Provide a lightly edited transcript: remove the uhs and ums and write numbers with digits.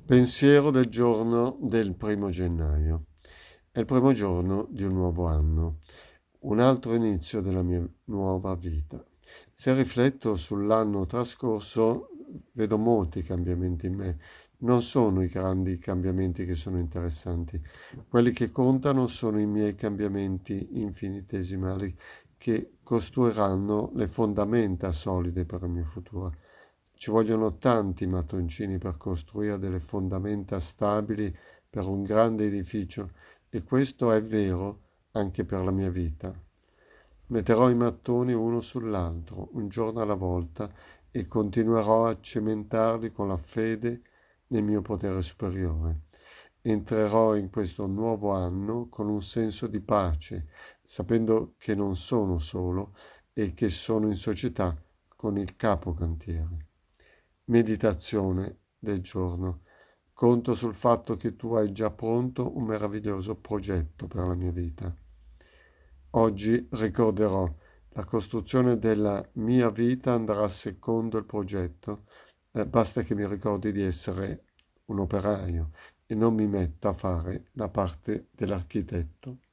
Pensiero del giorno del 1° gennaio. È il primo giorno di un nuovo anno, un altro inizio della mia nuova vita. Se rifletto sull'anno trascorso, vedo molti cambiamenti in me. Non sono i grandi cambiamenti che sono interessanti. Quelli che contano sono i miei cambiamenti infinitesimali che costruiranno le fondamenta solide per il mio futuro. Ci vogliono tanti mattoncini per costruire delle fondamenta stabili per un grande edificio e questo è vero anche per la mia vita. Metterò i mattoni uno sull'altro, un giorno alla volta, e continuerò a cementarli con la fede nel mio potere superiore. Entrerò in questo nuovo anno con un senso di pace, sapendo che non sono solo e che sono in società con il capo cantiere. Meditazione del giorno. Conto sul fatto che tu hai già pronto un meraviglioso progetto per la mia vita. Oggi ricorderò, la costruzione della mia vita andrà secondo il progetto. Basta che mi ricordi di essere un operaio e non mi metta a fare la parte dell'architetto.